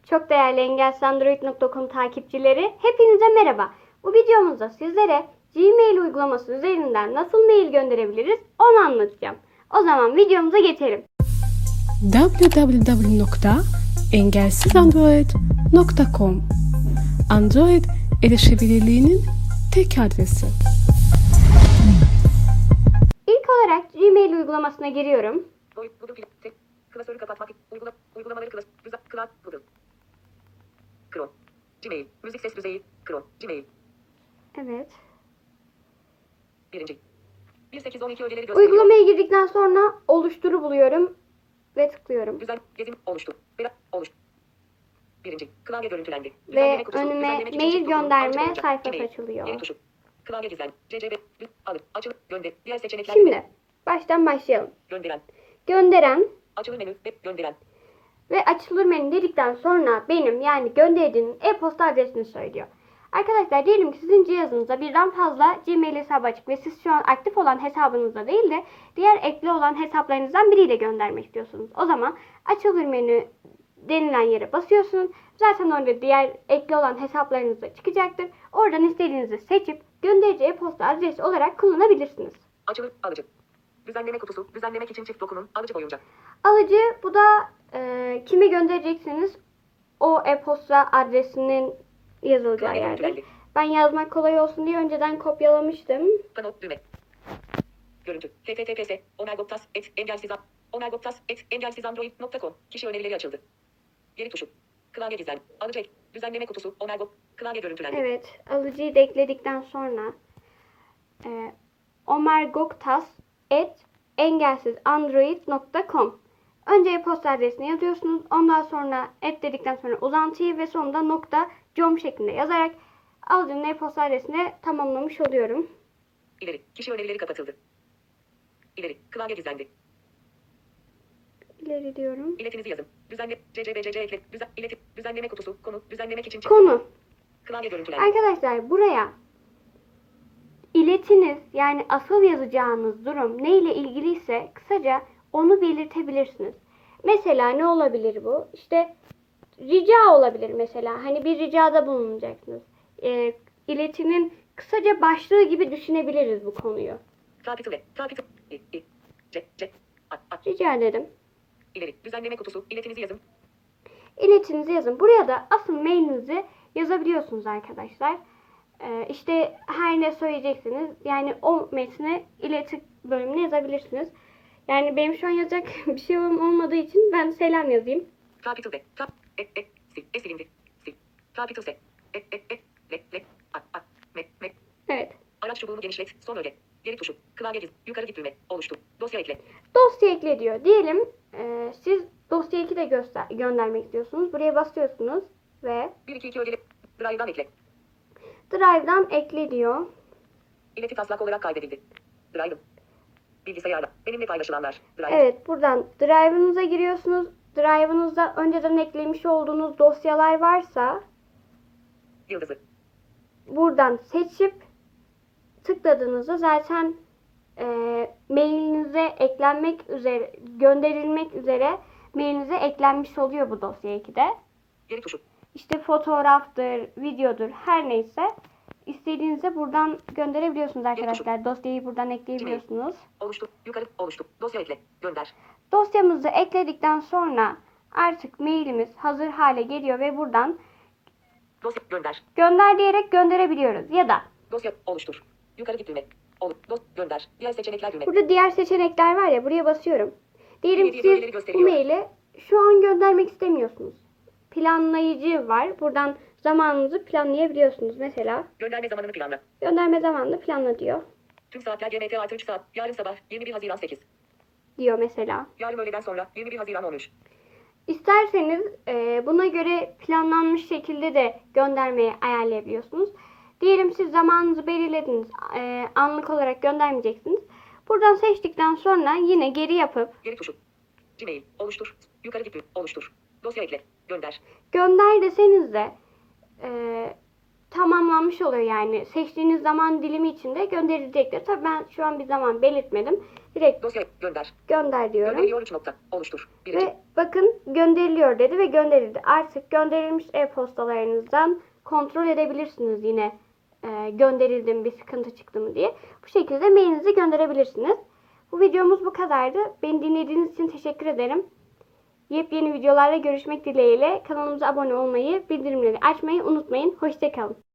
Çok değerli engelsizandroid.com takipçileri, hepinize merhaba. Bu videomuzda sizlere Gmail uygulaması üzerinden nasıl mail gönderebiliriz onu anlatacağım. O zaman videomuza geçelim. www.engelsizandroid.com Android erişebilirliğinin tek adresi. İlk olarak Gmail uygulamasına giriyorum. Klasörü kapatmak. Uygulamaları Chrome. Gmail. Müzik ses düzeyi. Chrome. Gmail. Evet. Birinci. 1812 ögeleri gösteriyor. Uygulamaya girdikten sonra oluşturu buluyorum ve tıklıyorum. Düzen. Gezim. Oluştu. Oluştu. Birinci. Klavye görüntülendi. Ve önüme mail gönderme sayfası açılıyor. Yeni tuşu. Klavye gizlen. CCB. Alır. Açıl. Gönder. Diğer seçenekler. Şimdi baştan başlayalım. Gönderen. Gönderen Açılır menü. Gönderen. ve açılır menü dedikten sonra benim yani gönderdiğim e-posta adresini söylüyor. Arkadaşlar diyelim ki sizin cihazınızda birden fazla Gmail hesabı açık ve siz şu an aktif olan hesabınızda değil de diğer ekli olan hesaplarınızdan biriyle göndermek istiyorsunuz. O zaman açılır menü denilen yere basıyorsunuz. Zaten orada diğer ekli olan hesaplarınız da çıkacaktır. Oradan istediğinizi seçip gönderici e-posta adresi olarak kullanabilirsiniz. Açılır. Alıcı. Düzenleme kutusu. Düzenlemek için çift dokunun. Alıcı boyunca. Alıcı bu da kime göndereceksiniz o e-posta adresinin yazılacağı Klavye yerdir. görüntülendi. Ben yazmak kolay olsun diye önceden kopyalamıştım. Kanot düğme. Görüntü. https engelsizandroid.com Kişi önerileri açıldı. Geri tuşu. Klavye gizlen. Alıcı ek. Düzenleme kutusu. Klavye görüntülendi. Evet, alıcıyı da ekledikten sonra omergoktas@engelsizandroid.com Önce e-posta adresini yazıyorsunuz. Ondan sonra dedikten sonra uzantıyı ve sonunda .com şeklinde yazarak alıcının e-posta adresini tamamlamış oluyorum. İleri. Kişi önerileri kapatıldı. İleri. Klavye gizlendi. İleri diyorum. İletinizi yazın. CCBCC ekle. Düzenleme kutusu. Konu. Düzenlemek için Konu. Klavye görüntülendi. Arkadaşlar buraya iletiniz yani asıl yazacağınız durum ne ile ilgiliyse kısaca onu belirtebilirsiniz. Mesela ne olabilir bu? İşte rica olabilir mesela. Hani bir ricada bulunacaksınız. İletinin kısaca başlığı gibi düşünebiliriz bu konuyu. Capital. Rica ederim. İleri. Düzenleme kutusu. İletinizi yazın. İletinizi yazın. Buraya da asıl mailinizi yazabiliyorsunuz arkadaşlar. İşte her ne söyleyeceksiniz. Yani o metni ileti bölümüne yazabilirsiniz. Yani benim şu an yazacak bir şey olmadığı için ben selam yazayım. Capital D. Silindi. Capital S. Evet. Araç çubuğunu genişlet. Son öge. Geri tuşu. Klavye giz. Yukarı git düğme. Oluştu. Dosya ekle. Dosya ekle diyor. Diyelim siz dosya 2 de göndermek istiyorsunuz. Buraya basıyorsunuz ve 1-2-2 ögeli. Drive'dan ekle. Drive'dan ekle diyor. İleti taslak olarak kaydedildi. Drive'ım. Bilgisayarda. Benimle paylaşılanlar. Drive. Evet, buradan Drive'ınıza giriyorsunuz. Drive'ınızda önceden eklemiş olduğunuz dosyalar varsa Yıldızı. buradan seçip tıkladığınızda zaten mailinize eklenmek üzere, gönderilmek üzere mailinize eklenmiş oluyor bu dosya 2'de. Geri tuşu. İşte fotoğraftır, videodur her neyse istediğinizde buradan gönderebiliyorsunuz arkadaşlar. Dosyayı buradan ekleyebiliyorsunuz. Oluştu. Yukarı. Oluştu. Dosya ekle. Gönder. Dosyamızı ekledikten sonra artık mailimiz hazır hale geliyor ve buradan Dosya gönder. gönder diyerek gönderebiliyoruz. Ya da Dosya oluştur. Yukarı git düğme. Gönder. Diğer seçenekler düğme. burada diğer seçenekler var ya, buraya basıyorum. Diyelim Yeni siz bölgeleri bu gösteriyor. maili şu an göndermek istemiyorsunuz. Planlayıcı var. Buradan zamanınızı planlayabiliyorsunuz. Mesela Gönderme zamanını planla. gönderme zamanını planla diyor. Tüm saatler GMT artı 3 saat. Yarın sabah 21 Haziran 8. Diyor mesela. Yarın öğleden sonra 21 Haziran 13. İsterseniz buna göre planlanmış şekilde de göndermeyi ayarlayabiliyorsunuz. Diyelim siz zamanınızı belirlediniz. Anlık olarak göndermeyeceksiniz. Buradan seçtikten sonra yine geri yapıp Geri tuşu. Gmail. Oluştur. Yukarı git düğme. Oluştur. Dosya ekle. Gönder. gönder deseniz de tamamlanmış oluyor yani. Seçtiğiniz zaman dilimi içinde gönderilecektir. Tabii ben şu an bir zaman belirtmedim. Direkt Dosya gönder. gönder diyorum. Gönderiliyor 3 nokta. Oluştur. Birinci. Ve bakın gönderiliyor dedi ve gönderildi. Artık gönderilmiş e-postalarınızdan kontrol edebilirsiniz yine gönderildi mi, bir sıkıntı çıktı mı diye. Bu şekilde mailinizi gönderebilirsiniz. Bu videomuz bu kadardı. Beni dinlediğiniz için teşekkür ederim. Yepyeni videolarla görüşmek dileğiyle kanalımıza abone olmayı, bildirimleri açmayı unutmayın. Hoşça kalın.